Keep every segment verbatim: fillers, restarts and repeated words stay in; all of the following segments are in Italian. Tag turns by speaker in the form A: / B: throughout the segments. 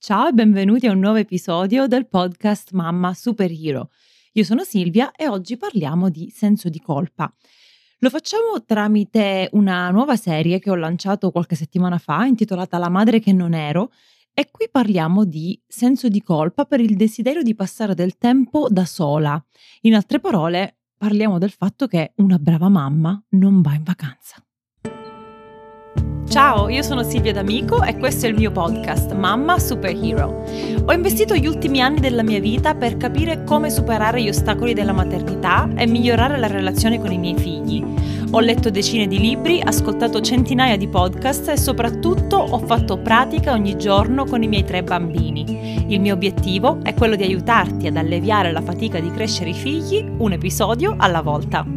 A: Ciao e benvenuti a un nuovo episodio del podcast Mamma Superhero. Io sono Silvia e oggi parliamo di senso di colpa. Lo facciamo tramite una nuova serie che ho lanciato qualche settimana fa, intitolata La madre che non ero, e qui parliamo di senso di colpa per il desiderio di passare del tempo da sola. In altre parole, parliamo del fatto che una brava mamma non va in vacanza. Ciao, io sono Silvia D'Amico e questo è il mio podcast Mamma Superhero. Ho investito gli ultimi anni della mia vita per capire come superare gli ostacoli della maternità e migliorare la relazione con i miei figli. Ho letto decine di libri, ascoltato centinaia di podcast e soprattutto ho fatto pratica ogni giorno con i miei tre bambini. Il mio obiettivo è quello di aiutarti ad alleviare la fatica di crescere i figli un episodio alla volta.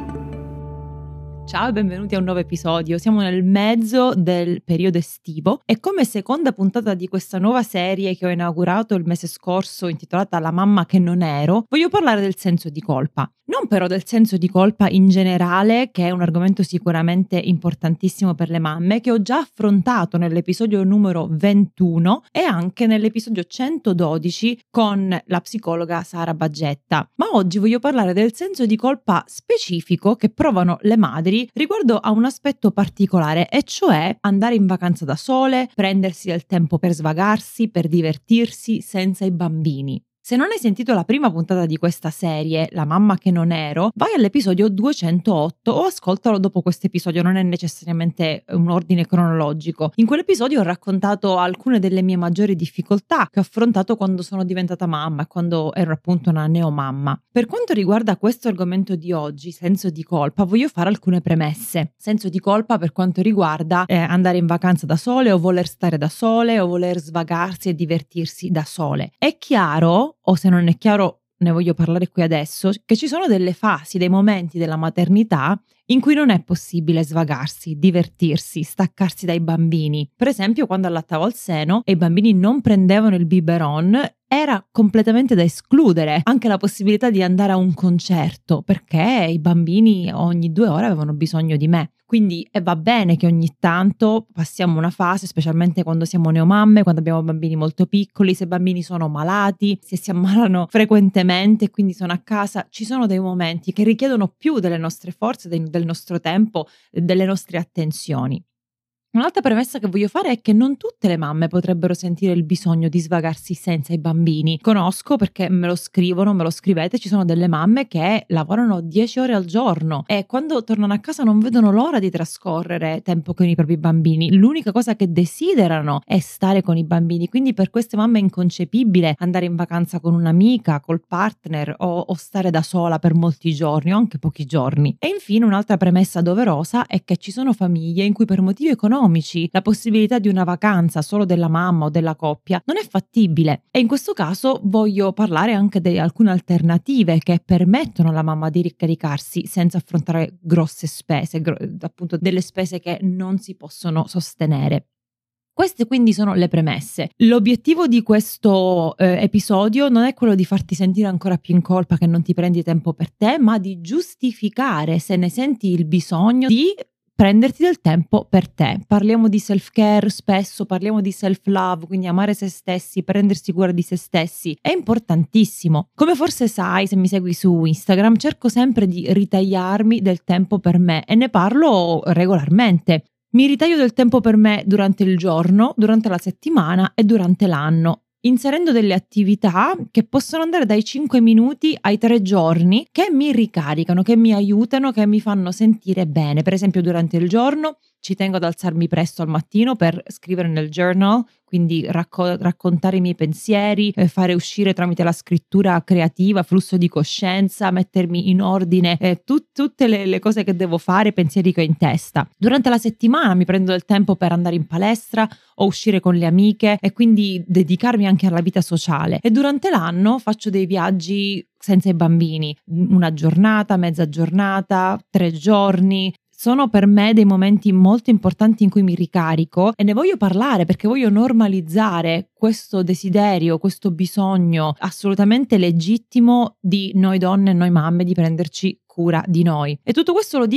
A: Ciao e benvenuti a un nuovo episodio. Siamo nel mezzo del periodo estivo e come seconda puntata di questa nuova serie che ho inaugurato il mese scorso intitolata La mamma che non ero, voglio parlare del senso di colpa. Non però del senso di colpa in generale, che è un argomento sicuramente importantissimo per le mamme, che ho già affrontato nell'episodio numero ventuno e anche nell'episodio centododici con la psicologa Sara Baggetta. Ma oggi voglio parlare del senso di colpa specifico che provano le madri riguardo a un aspetto particolare, e cioè andare in vacanza da sole, prendersi del tempo per svagarsi, per divertirsi senza i bambini. Se non hai sentito la prima puntata di questa serie, La mamma che non ero, vai all'episodio duecentootto o ascoltalo dopo questo episodio, non è necessariamente un ordine cronologico. In quell'episodio ho raccontato alcune delle mie maggiori difficoltà che ho affrontato quando sono diventata mamma e quando ero appunto una neomamma. Per quanto riguarda questo argomento di oggi, senso di colpa, voglio fare alcune premesse. Senso di colpa per quanto riguarda eh, andare in vacanza da sole o voler stare da sole o voler svagarsi e divertirsi da sole. È chiaro, o se non è chiaro ne voglio parlare qui adesso, che ci sono delle fasi, dei momenti della maternità in cui non è possibile svagarsi, divertirsi, staccarsi dai bambini. Per esempio, quando allattavo al seno e i bambini non prendevano il biberon, era completamente da escludere anche la possibilità di andare a un concerto, perché i bambini ogni due ore avevano bisogno di me. Quindi eh, va bene che ogni tanto passiamo una fase, specialmente quando siamo neomamme, quando abbiamo bambini molto piccoli, se i bambini sono malati, se si ammalano frequentemente e quindi sono a casa, ci sono dei momenti che richiedono più delle nostre forze, del, del nostro tempo, delle nostre attenzioni. Un'altra premessa che voglio fare è che non tutte le mamme potrebbero sentire il bisogno di svagarsi senza i bambini. Conosco, perché me lo scrivono, me lo scrivete, ci sono delle mamme che lavorano dieci ore al giorno e quando tornano a casa non vedono l'ora di trascorrere tempo con i propri bambini. L'unica cosa che desiderano è stare con i bambini, quindi per queste mamme è inconcepibile andare in vacanza con un'amica, col partner o, o stare da sola per molti giorni o anche pochi giorni. E infine un'altra premessa doverosa è che ci sono famiglie in cui per motivi economici la possibilità di una vacanza solo della mamma o della coppia non è fattibile, e in questo caso voglio parlare anche di alcune alternative che permettono alla mamma di ricaricarsi senza affrontare grosse spese, gro- appunto delle spese che non si possono sostenere. Queste quindi sono le premesse. L'obiettivo di questo eh, episodio non è quello di farti sentire ancora più in colpa che non ti prendi tempo per te, ma di giustificare, se ne senti il bisogno, di prenderti del tempo per te. Parliamo di self-care spesso, parliamo di self-love, quindi amare se stessi, prendersi cura di se stessi. È importantissimo. Come forse sai, se mi segui su Instagram, cerco sempre di ritagliarmi del tempo per me e ne parlo regolarmente. Mi ritaglio del tempo per me durante il giorno, durante la settimana e durante l'anno, inserendo delle attività che possono andare dai cinque minuti ai tre giorni, che mi ricaricano, che mi aiutano, che mi fanno sentire bene. Per esempio, durante il giorno ci tengo ad alzarmi presto al mattino per scrivere nel journal, quindi racco- raccontare i miei pensieri, eh, fare uscire tramite la scrittura creativa, flusso di coscienza, mettermi in ordine eh, tut- tutte le, le cose che devo fare, i pensieri che ho in testa. Durante la settimana mi prendo del tempo per andare in palestra o uscire con le amiche e quindi dedicarmi anche alla vita sociale. E durante l'anno faccio dei viaggi senza i bambini, una giornata, mezza giornata, tre giorni. Sono per me dei momenti molto importanti in cui mi ricarico e ne voglio parlare perché voglio normalizzare questo desiderio, questo bisogno assolutamente legittimo di noi donne e noi mamme di prenderci cura di noi. E tutto questo lo dico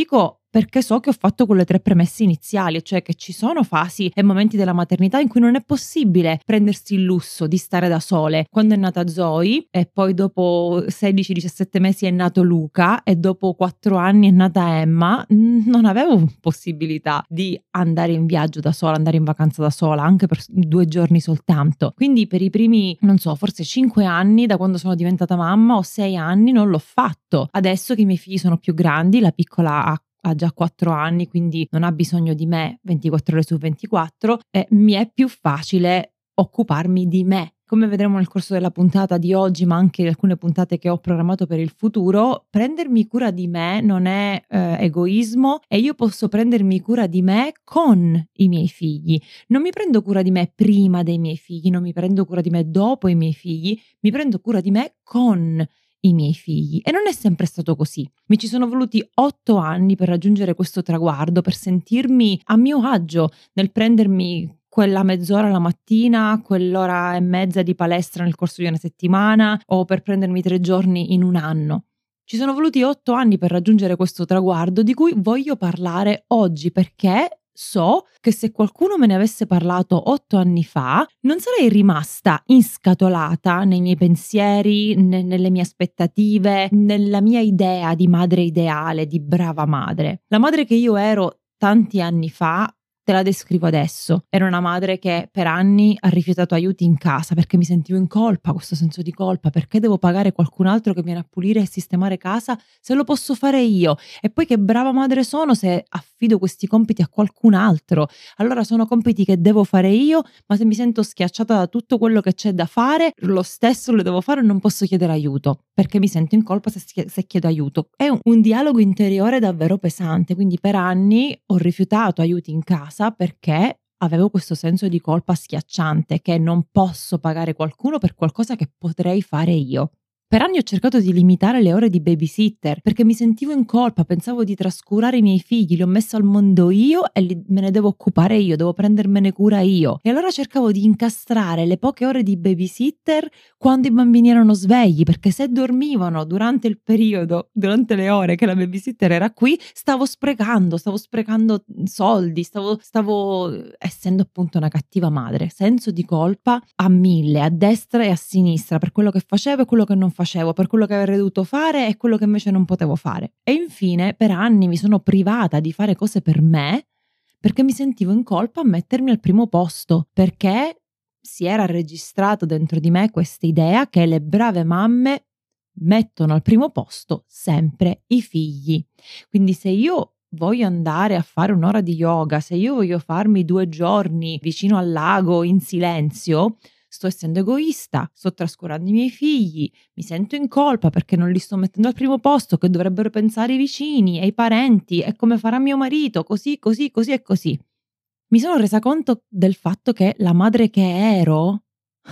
A: perché so che ho fatto quelle tre premesse iniziali, cioè che ci sono fasi e momenti della maternità in cui non è possibile prendersi il lusso di stare da sole. Quando è nata Zoe e poi dopo sedici diciassette mesi è nato Luca e dopo quattro anni è nata Emma, non avevo possibilità di andare in viaggio da sola, andare in vacanza da sola, anche per due giorni soltanto. Quindi per i primi, non so, forse cinque anni da quando sono diventata mamma o sei anni non l'ho fatto. Adesso che i miei figli sono più grandi, la piccola ha ha già quattro anni, quindi non ha bisogno di me ventiquattro ore su ventiquattro, e mi è più facile occuparmi di me. Come vedremo nel corso della puntata di oggi, ma anche alcune puntate che ho programmato per il futuro, prendermi cura di me non è eh, egoismo, e io posso prendermi cura di me con i miei figli. Non mi prendo cura di me prima dei miei figli, non mi prendo cura di me dopo i miei figli, mi prendo cura di me con i miei figli. E non è sempre stato così. Mi ci sono voluti otto anni per raggiungere questo traguardo, per sentirmi a mio agio nel prendermi quella mezz'ora la mattina, quell'ora e mezza di palestra nel corso di una settimana, o per prendermi tre giorni in un anno. Ci sono voluti otto anni per raggiungere questo traguardo di cui voglio parlare oggi, perché so che se qualcuno me ne avesse parlato otto anni fa, non sarei rimasta inscatolata nei miei pensieri, ne- nelle mie aspettative, nella mia idea di madre ideale, di brava madre. La madre che io ero tanti anni fa te la descrivo adesso. Era una madre che per anni ha rifiutato aiuti in casa perché mi sentivo in colpa, questo senso di colpa, perché devo pagare qualcun altro che viene a pulire e sistemare casa se lo posso fare io. E poi che brava madre sono se affido questi compiti a qualcun altro. Allora sono compiti che devo fare io, ma se mi sento schiacciata da tutto quello che c'è da fare, lo stesso lo devo fare e non posso chiedere aiuto, perché mi sento in colpa se, se chiedo aiuto. È un, un dialogo interiore davvero pesante, quindi per anni ho rifiutato aiuti in casa perché avevo questo senso di colpa schiacciante, che non posso pagare qualcuno per qualcosa che potrei fare io. Per anni ho cercato di limitare le ore di babysitter perché mi sentivo in colpa, pensavo di trascurare i miei figli, li ho messi al mondo io e li, me ne devo occupare io, devo prendermene cura io. E allora cercavo di incastrare le poche ore di babysitter quando i bambini erano svegli, perché se dormivano durante il periodo, durante le ore che la babysitter era qui, stavo sprecando, stavo sprecando soldi, stavo, stavo essendo appunto una cattiva madre. Senso di colpa a mille, a destra e a sinistra, per quello che facevo e quello che non facevo. facevo, per quello che avrei dovuto fare e quello che invece non potevo fare. E infine, per anni mi sono privata di fare cose per me perché mi sentivo in colpa a mettermi al primo posto, perché si era registrato dentro di me questa idea che le brave mamme mettono al primo posto sempre i figli. Quindi se io voglio andare a fare un'ora di yoga, se io voglio farmi due giorni vicino al lago in silenzio, sto essendo egoista, sto trascurando i miei figli, mi sento in colpa perché non li sto mettendo al primo posto, che dovrebbero pensare i vicini e i parenti e come farà mio marito, così, così, così e così. Mi sono resa conto del fatto che la madre che ero,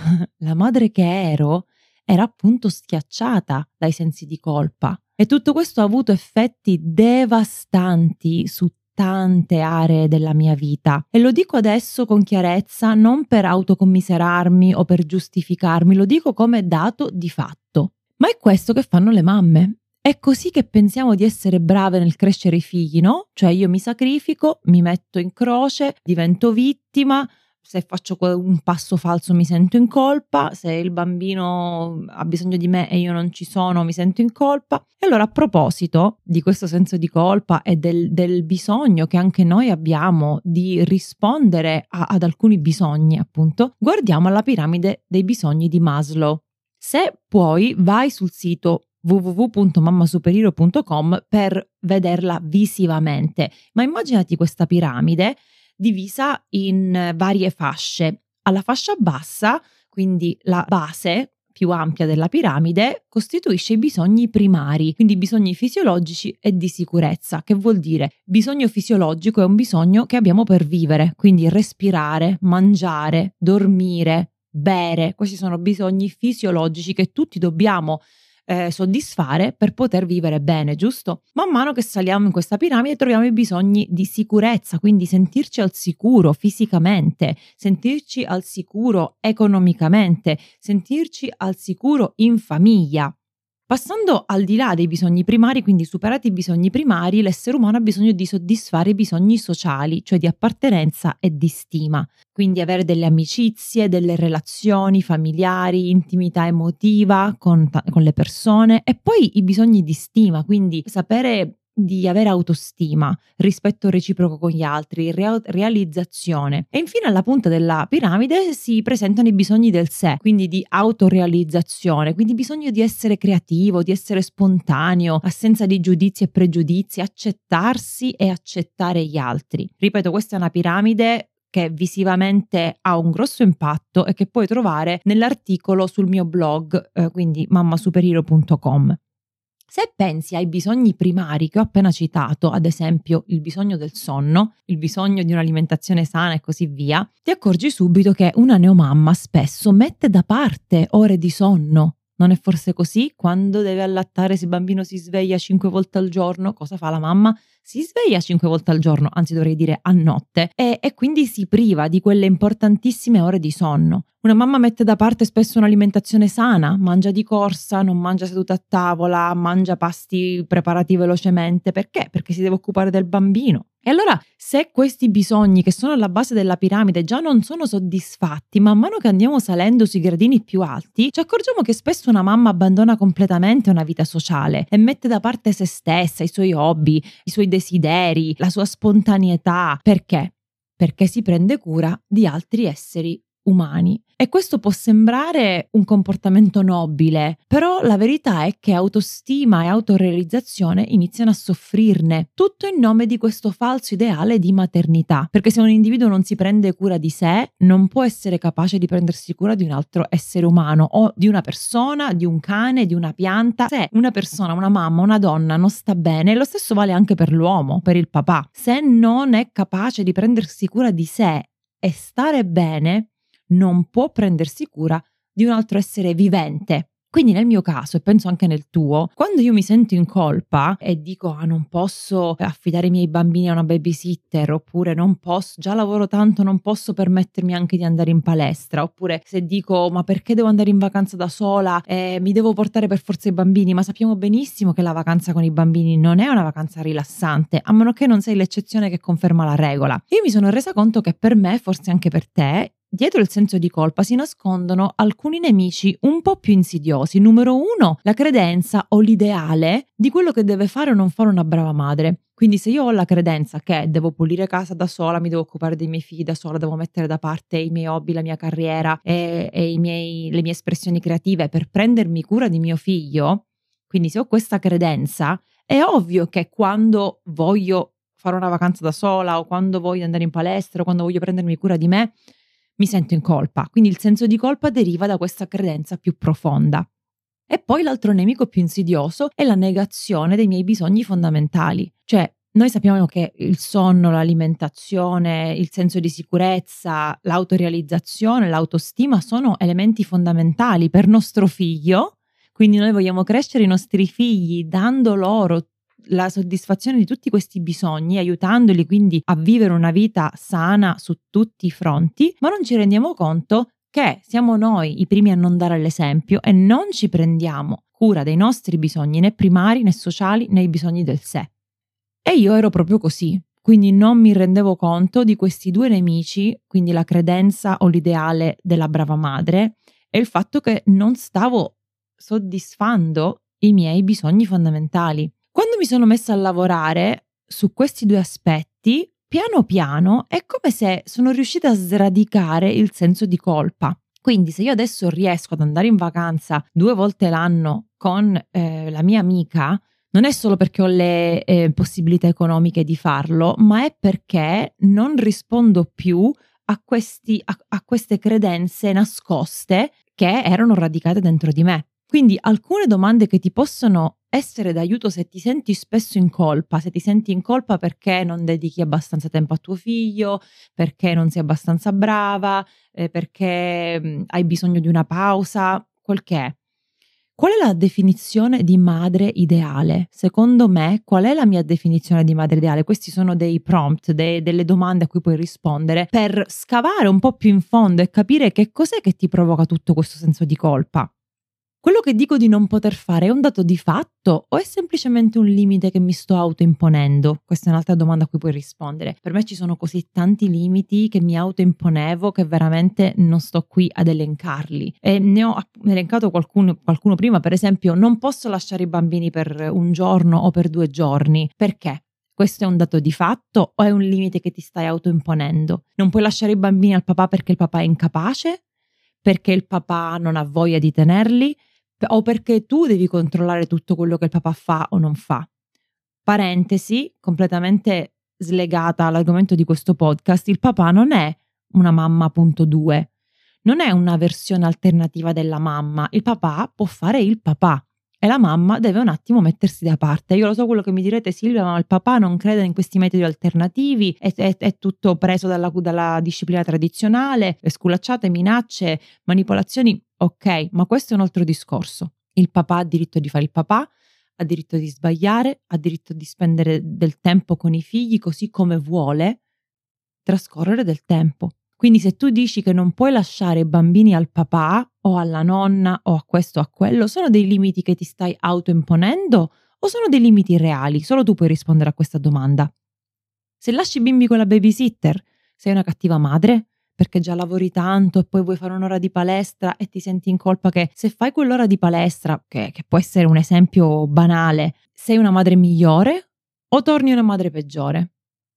A: la madre che ero, era appunto schiacciata dai sensi di colpa. E tutto questo ha avuto effetti devastanti su tante aree della mia vita, e lo dico adesso con chiarezza, non per autocommiserarmi o per giustificarmi, lo dico come dato di fatto. Ma è questo che fanno le mamme. È così che pensiamo di essere brave nel crescere i figli, no? Cioè io mi sacrifico, mi metto in croce, divento vittima. Se faccio un passo falso mi sento in colpa, se il bambino ha bisogno di me e io non ci sono mi sento in colpa. E allora, a proposito di questo senso di colpa e del, del bisogno che anche noi abbiamo di rispondere a, ad alcuni bisogni, appunto, guardiamo alla piramide dei bisogni di Maslow. Se puoi, vai sul sito w w w punto mammasuperhero punto com per vederla visivamente, ma immaginati questa piramide divisa in varie fasce. Alla fascia bassa, quindi la base più ampia della piramide, costituisce i bisogni primari, quindi bisogni fisiologici e di sicurezza. Che vuol dire? Bisogno fisiologico è un bisogno che abbiamo per vivere, quindi respirare, mangiare, dormire, bere. Questi sono bisogni fisiologici che tutti dobbiamo Eh, soddisfare per poter vivere bene, giusto? Man mano che saliamo in questa piramide troviamo i bisogni di sicurezza, quindi sentirci al sicuro fisicamente, sentirci al sicuro economicamente, sentirci al sicuro in famiglia. Passando al di là dei bisogni primari, quindi superati i bisogni primari, l'essere umano ha bisogno di soddisfare i bisogni sociali, cioè di appartenenza e di stima. Quindi avere delle amicizie, delle relazioni familiari, intimità emotiva con, ta- con le persone e poi i bisogni di stima, quindi sapere di avere autostima, rispetto reciproco con gli altri, rea- realizzazione. E infine alla punta della piramide si presentano i bisogni del sé, quindi di autorealizzazione, quindi bisogno di essere creativo, di essere spontaneo, assenza di giudizi e pregiudizi, accettarsi e accettare gli altri. Ripeto, questa è una piramide che visivamente ha un grosso impatto e che puoi trovare nell'articolo sul mio blog, eh, quindi mamma superhero punto com. Se pensi ai bisogni primari che ho appena citato, ad esempio il bisogno del sonno, il bisogno di un'alimentazione sana e così via, ti accorgi subito che una neomamma spesso mette da parte ore di sonno. Non è forse così? Quando deve allattare, se il bambino si sveglia cinque volte al giorno, cosa fa la mamma? Si sveglia cinque volte al giorno, anzi dovrei dire a notte, e, e quindi si priva di quelle importantissime ore di sonno. Una mamma mette da parte spesso un'alimentazione sana, mangia di corsa, non mangia seduta a tavola, mangia pasti preparati velocemente. Perché? Perché si deve occupare del bambino. E allora, se questi bisogni che sono alla base della piramide già non sono soddisfatti, man mano che andiamo salendo sui gradini più alti, ci accorgiamo che spesso una mamma abbandona completamente una vita sociale e mette da parte se stessa, i suoi hobby, i suoi desideri, la sua spontaneità. Perché? Perché si prende cura di altri esseri umani. E questo può sembrare un comportamento nobile, però la verità è che autostima e autorealizzazione iniziano a soffrirne, tutto in nome di questo falso ideale di maternità, perché se un individuo non si prende cura di sé, non può essere capace di prendersi cura di un altro essere umano o di una persona, di un cane, di una pianta. Se una persona, una mamma, una donna non sta bene, lo stesso vale anche per l'uomo, per il papà. Se non è capace di prendersi cura di sé e stare bene, non può prendersi cura di un altro essere vivente. Quindi nel mio caso, e penso anche nel tuo, quando io mi sento in colpa e dico ah, non posso affidare i miei bambini a una babysitter, oppure non posso, già lavoro tanto, non posso permettermi anche di andare in palestra, oppure se dico ma perché devo andare in vacanza da sola e mi devo portare per forza i bambini, ma sappiamo benissimo che la vacanza con i bambini non è una vacanza rilassante, a meno che non sei l'eccezione che conferma la regola. Io mi sono resa conto che per me, forse anche per te, dietro il senso di colpa si nascondono alcuni nemici un po' più insidiosi. Numero uno, la credenza o l'ideale di quello che deve fare o non fare una brava madre. Quindi se io ho la credenza che devo pulire casa da sola, mi devo occupare dei miei figli da sola, devo mettere da parte i miei hobby, la mia carriera e, e i miei, le mie espressioni creative per prendermi cura di mio figlio, quindi se ho questa credenza, è ovvio che quando voglio fare una vacanza da sola o quando voglio andare in palestra o quando voglio prendermi cura di me, mi sento in colpa. Quindi il senso di colpa deriva da questa credenza più profonda. E poi l'altro nemico più insidioso è la negazione dei miei bisogni fondamentali. Cioè, noi sappiamo che il sonno, l'alimentazione, il senso di sicurezza, l'autorealizzazione, l'autostima sono elementi fondamentali per nostro figlio. Quindi noi vogliamo crescere i nostri figli dando loro la soddisfazione di tutti questi bisogni, aiutandoli quindi a vivere una vita sana su tutti i fronti, ma non ci rendiamo conto che siamo noi i primi a non dare l'esempio e non ci prendiamo cura dei nostri bisogni né primari né sociali né i bisogni del sé. E io ero proprio così, quindi non mi rendevo conto di questi due nemici, quindi la credenza o l'ideale della brava madre e il fatto che non stavo soddisfando i miei bisogni fondamentali. Quando mi sono messa a lavorare su questi due aspetti, piano piano è come se sono riuscita a sradicare il senso di colpa. Quindi se io adesso riesco ad andare in vacanza due volte l'anno con eh, la mia amica, non è solo perché ho le eh, possibilità economiche di farlo, ma è perché non rispondo più a, questi, a, a queste credenze nascoste che erano radicate dentro di me. Quindi alcune domande che ti possono essere d'aiuto se ti senti spesso in colpa, se ti senti in colpa perché non dedichi abbastanza tempo a tuo figlio, perché non sei abbastanza brava, eh, perché mh, hai bisogno di una pausa, quel che è. Qual è la definizione di madre ideale? Secondo me, qual è la mia definizione di madre ideale? Questi sono dei prompt, de- delle domande a cui puoi rispondere per scavare un po' più in fondo e capire che cos'è che ti provoca tutto questo senso di colpa. Quello che dico di non poter fare è un dato di fatto o è semplicemente un limite che mi sto autoimponendo? Questa è un'altra domanda a cui puoi rispondere. Per me ci sono così tanti limiti che mi autoimponevo che veramente non sto qui ad elencarli. E ne ho elencato qualcuno, qualcuno prima, per esempio, non posso lasciare i bambini per un giorno o per due giorni. Perché? Questo è un dato di fatto o è un limite che ti stai autoimponendo? Non puoi lasciare i bambini al papà perché il papà è incapace? Perché il papà non ha voglia di tenerli? O perché tu devi controllare tutto quello che il papà fa o non fa. Parentesi, completamente slegata all'argomento di questo podcast, il papà non è una mamma punto due, non è una versione alternativa della mamma, il papà può fare il papà e la mamma deve un attimo mettersi da parte. Io lo so quello che mi direte, Silvia, ma il papà non crede in questi metodi alternativi, è, è, è tutto preso dalla, dalla disciplina tradizionale, le sculacciate, minacce, manipolazioni. Ok, ma questo è un altro discorso. Il papà ha diritto di fare il papà, ha diritto di sbagliare, ha diritto di spendere del tempo con i figli così come vuole trascorrere del tempo. Quindi se tu dici che non puoi lasciare i bambini al papà o alla nonna o a questo o a quello, sono dei limiti che ti stai autoimponendo o sono dei limiti reali? Solo tu puoi rispondere a questa domanda. Se lasci i bimbi con la babysitter, sei una cattiva madre? Perché già lavori tanto e poi vuoi fare un'ora di palestra e ti senti in colpa che se fai quell'ora di palestra, che, che può essere un esempio banale, sei una madre migliore o torni una madre peggiore?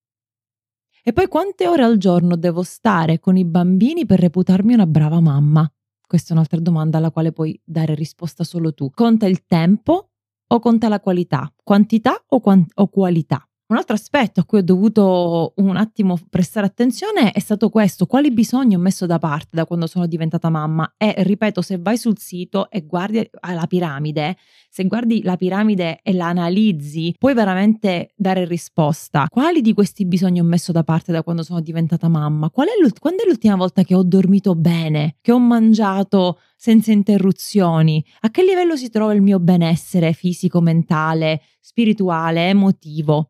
A: E poi quante ore al giorno devo stare con i bambini per reputarmi una brava mamma? Questa è un'altra domanda alla quale puoi dare risposta solo tu. Conta il tempo o conta la qualità? Quantità o, quant- o qualità? Un altro aspetto a cui ho dovuto un attimo prestare attenzione è stato questo: quali bisogni ho messo da parte da quando sono diventata mamma. E ripeto, se vai sul sito e guardi la piramide, se guardi la piramide e la analizzi, puoi veramente dare risposta. Quali di questi bisogni ho messo da parte da quando sono diventata mamma? Qual è l'ult- quando è l'ultima volta che ho dormito bene, che ho mangiato senza interruzioni? A che livello si trova il mio benessere fisico, mentale, spirituale, emotivo?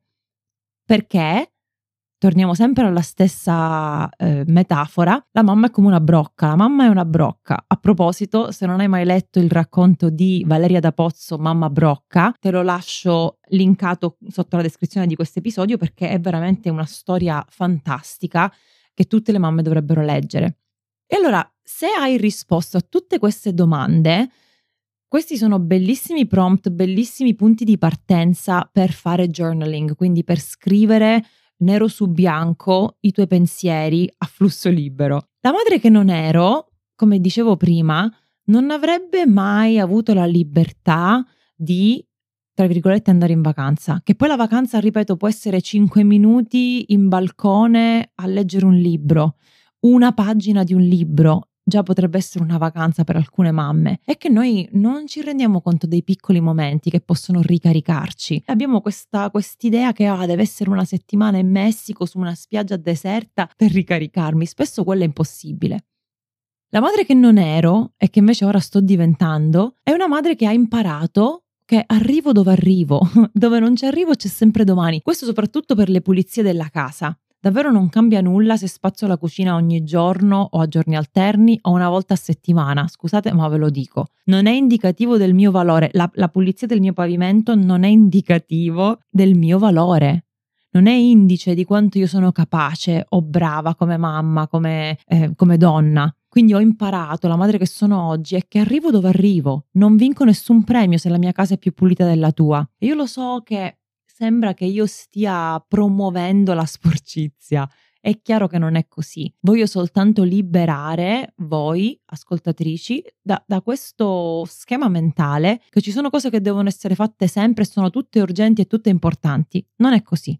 A: Perché, torniamo sempre alla stessa eh, metafora, la mamma è come una brocca, la mamma è una brocca. A proposito, se non hai mai letto il racconto di Valeria da Pozzo, Mamma Brocca, te lo lascio linkato sotto la descrizione di questo episodio perché è veramente una storia fantastica che tutte le mamme dovrebbero leggere. E allora, se hai risposto a tutte queste domande, questi sono bellissimi prompt, bellissimi punti di partenza per fare journaling, quindi per scrivere nero su bianco i tuoi pensieri a flusso libero. La madre che non ero, come dicevo prima, non avrebbe mai avuto la libertà di, tra virgolette, andare in vacanza. Che poi la vacanza, ripeto, può essere cinque minuti in balcone a leggere un libro, una pagina di un libro. Già potrebbe essere una vacanza per alcune mamme. È che noi non ci rendiamo conto dei piccoli momenti che possono ricaricarci. Abbiamo questa quest'idea che ah, deve essere una settimana in Messico su una spiaggia deserta per ricaricarmi. Spesso quello è impossibile. La madre che non ero e che invece ora sto diventando è una madre che ha imparato che arrivo dove arrivo, dove non ci arrivo c'è sempre domani. Questo soprattutto per le pulizie della casa. Davvero non cambia nulla se spazzo la cucina ogni giorno o a giorni alterni o una volta a settimana. Scusate, ma ve lo dico. Non è indicativo del mio valore. La, la pulizia del mio pavimento non è indicativo del mio valore. Non è indice di quanto io sono capace o brava come mamma, come, eh, come donna. Quindi ho imparato, la madre che sono oggi, è che arrivo dove arrivo. Non vinco nessun premio se la mia casa è più pulita della tua. E io lo so che sembra che io stia promuovendo la sporcizia. È chiaro che non è così. Voglio soltanto liberare voi, ascoltatrici, da, da questo schema mentale che ci sono cose che devono essere fatte sempre e sono tutte urgenti e tutte importanti. Non è così.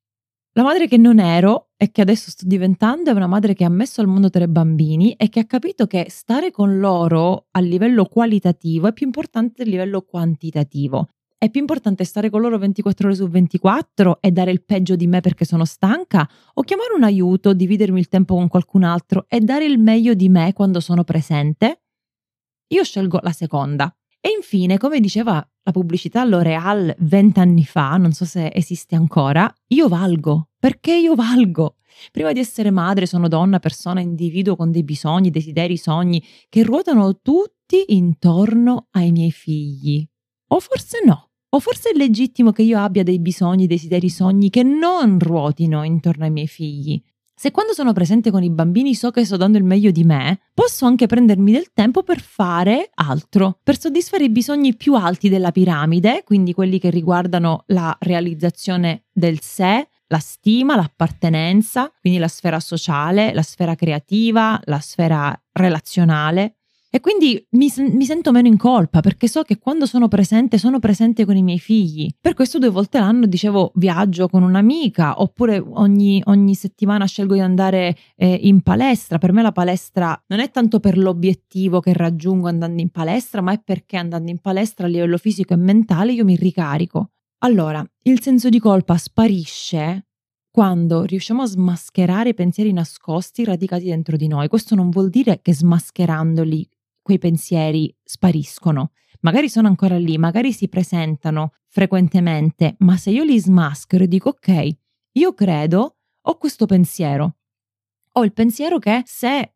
A: La madre che non ero e che adesso sto diventando è una madre che ha messo al mondo tre bambini e che ha capito che stare con loro a livello qualitativo è più importante del livello quantitativo. È più importante stare con loro ventiquattro ore su ventiquattro e dare il peggio di me perché sono stanca o chiamare un aiuto, dividermi il tempo con qualcun altro e dare il meglio di me quando sono presente? Io scelgo la seconda. E infine, come diceva la pubblicità L'Oréal vent'anni fa, non so se esiste ancora, io valgo. Perché io valgo? Prima di essere madre sono donna, persona, individuo con dei bisogni, desideri, sogni che ruotano tutti ruoti intorno ai miei figli. O forse no. O forse è legittimo che io abbia dei bisogni, desideri, sogni che non ruotino intorno ai miei figli. Se quando sono presente con i bambini so che sto dando il meglio di me, posso anche prendermi del tempo per fare altro, per soddisfare i bisogni più alti della piramide, quindi quelli che riguardano la realizzazione del sé, la stima, l'appartenenza, quindi la sfera sociale, la sfera creativa, la sfera relazionale. E quindi mi, mi sento meno in colpa perché so che quando sono presente, sono presente con i miei figli. Per questo due volte l'anno, dicevo, viaggio con un'amica, oppure ogni, ogni settimana scelgo di andare eh, in palestra. Per me la palestra non è tanto per l'obiettivo che raggiungo andando in palestra, ma è perché andando in palestra a livello fisico e mentale io mi ricarico. Allora, il senso di colpa sparisce quando riusciamo a smascherare i pensieri nascosti radicati dentro di noi. Questo non vuol dire che smascherandoli quei pensieri spariscono. Magari sono ancora lì, magari si presentano frequentemente, ma se io li smaschero e dico ok, io credo, ho questo pensiero. Ho il pensiero che se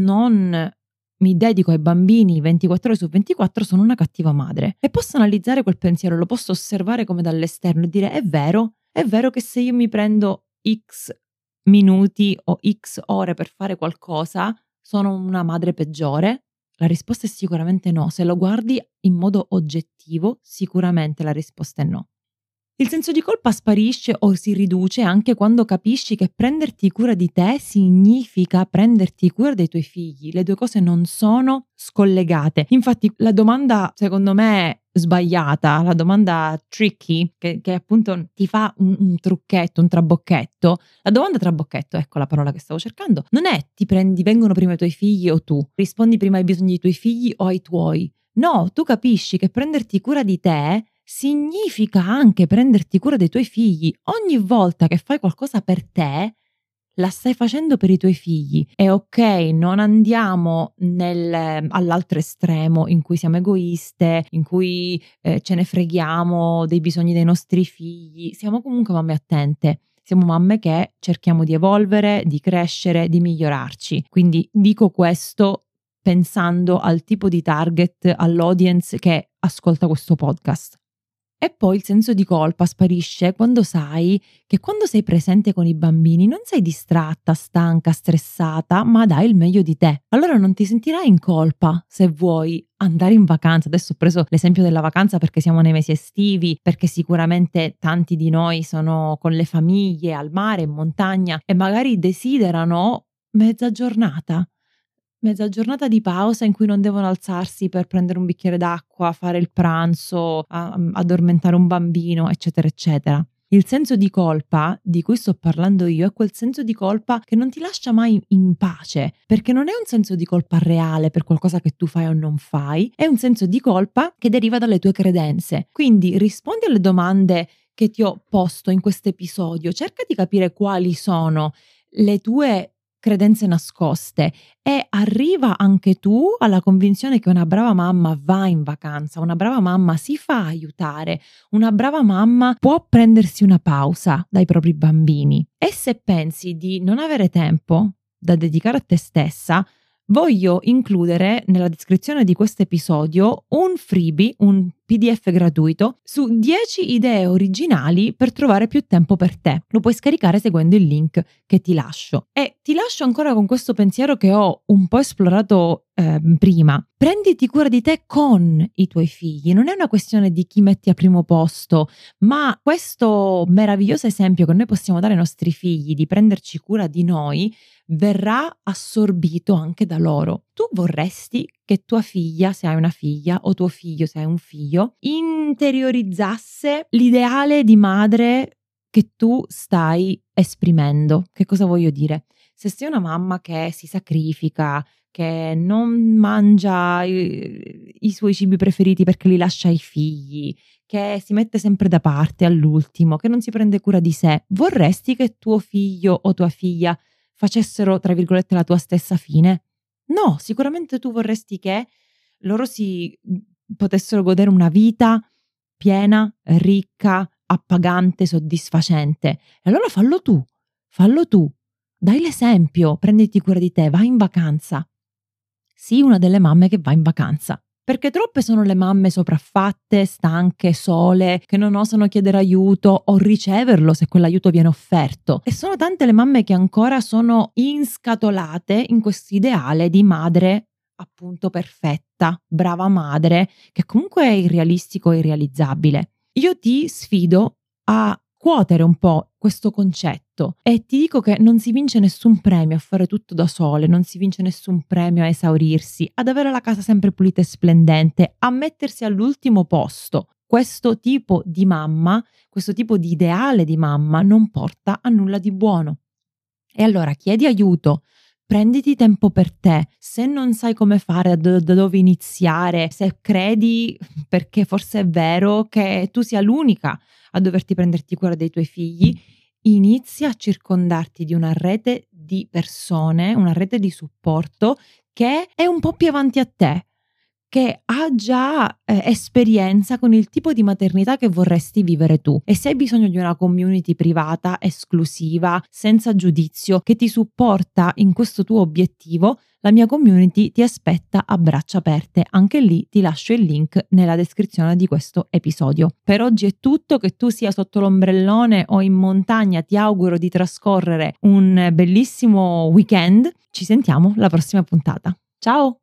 A: non mi dedico ai bambini ventiquattro ore su ventiquattro sono una cattiva madre. E posso analizzare quel pensiero, lo posso osservare come dall'esterno e dire è vero, è vero che se io mi prendo X minuti o X ore per fare qualcosa sono una madre peggiore? La risposta è sicuramente no. Se lo guardi in modo oggettivo, sicuramente la risposta è no. Il senso di colpa sparisce o si riduce anche quando capisci che prenderti cura di te significa prenderti cura dei tuoi figli. Le due cose non sono scollegate. Infatti la domanda, secondo me, sbagliata, la domanda tricky, che, che appunto ti fa un, un trucchetto, un trabocchetto, la domanda trabocchetto, ecco la parola che stavo cercando, non è ti prendi, vengono prima i tuoi figli o tu, rispondi prima ai bisogni dei tuoi figli o ai tuoi. No, tu capisci che prenderti cura di te significa anche prenderti cura dei tuoi figli. Ogni volta che fai qualcosa per te, la stai facendo per i tuoi figli. E ok, non andiamo nel, all'altro estremo in cui siamo egoiste, in cui eh, ce ne freghiamo dei bisogni dei nostri figli. Siamo comunque mamme attente. Siamo mamme che cerchiamo di evolvere, di crescere, di migliorarci. Quindi dico questo pensando al tipo di target, all'audience che ascolta questo podcast. E poi il senso di colpa sparisce quando sai che quando sei presente con i bambini non sei distratta, stanca, stressata, ma dai il meglio di te. Allora non ti sentirai in colpa se vuoi andare in vacanza. Adesso ho preso l'esempio della vacanza perché siamo nei mesi estivi, perché sicuramente tanti di noi sono con le famiglie al mare, in montagna e magari desiderano mezza giornata. Mezza giornata di pausa in cui non devono alzarsi per prendere un bicchiere d'acqua, fare il pranzo, a- addormentare un bambino, eccetera, eccetera. Il senso di colpa di cui sto parlando io è quel senso di colpa che non ti lascia mai in pace, perché non è un senso di colpa reale per qualcosa che tu fai o non fai, è un senso di colpa che deriva dalle tue credenze. Quindi rispondi alle domande che ti ho posto in questo episodio, cerca di capire quali sono le tue credenze nascoste e arriva anche tu alla convinzione che una brava mamma va in vacanza, una brava mamma si fa aiutare, una brava mamma può prendersi una pausa dai propri bambini. E se pensi di non avere tempo da dedicare a te stessa, voglio includere nella descrizione di questo episodio un freebie, un P D F gratuito su dieci idee originali per trovare più tempo per te. Lo puoi scaricare seguendo il link che ti lascio. E ti lascio ancora con questo pensiero che ho un po' esplorato eh, prima. Prenditi cura di te con i tuoi figli. Non è una questione di chi metti al primo posto, ma questo meraviglioso esempio che noi possiamo dare ai nostri figli di prenderci cura di noi verrà assorbito anche da loro. Tu vorresti che tua figlia, se hai una figlia, o tuo figlio, se hai un figlio, interiorizzasse l'ideale di madre che tu stai esprimendo. Che cosa voglio dire? Se sei una mamma che si sacrifica, che non mangia i, i suoi cibi preferiti perché li lascia ai figli, che si mette sempre da parte all'ultimo, che non si prende cura di sé, vorresti che tuo figlio o tua figlia facessero, tra virgolette, la tua stessa fine? No, sicuramente tu vorresti che loro si potessero godere una vita piena, ricca, appagante, soddisfacente. E allora fallo tu, fallo tu. Dai l'esempio, prenditi cura di te, vai in vacanza. Sii una delle mamme che va in vacanza. Perché troppe sono le mamme sopraffatte, stanche, sole, che non osano chiedere aiuto o riceverlo se quell'aiuto viene offerto. E sono tante le mamme che ancora sono inscatolate in questo ideale di madre appunto perfetta, brava madre, che comunque è irrealistico e irrealizzabile. Io ti sfido a scuotere un po' questo concetto e ti dico che non si vince nessun premio a fare tutto da sole, non si vince nessun premio a esaurirsi, ad avere la casa sempre pulita e splendente, a mettersi all'ultimo posto. Questo tipo di mamma, questo tipo di ideale di mamma non porta a nulla di buono. E allora chiedi aiuto, prenditi tempo per te, se non sai come fare, da, da dove iniziare, se credi, perché forse è vero, che tu sia l'unica a doverti prenderti cura dei tuoi figli, inizia a circondarti di una rete di persone, una rete di supporto che è un po' più avanti a te, che ha già eh, esperienza con il tipo di maternità che vorresti vivere tu. E se hai bisogno di una community privata, esclusiva, senza giudizio, che ti supporta in questo tuo obiettivo, la mia community ti aspetta a braccia aperte. Anche lì ti lascio il link nella descrizione di questo episodio. Per oggi è tutto, che tu sia sotto l'ombrellone o in montagna, ti auguro di trascorrere un bellissimo weekend. Ci sentiamo alla prossima puntata. Ciao!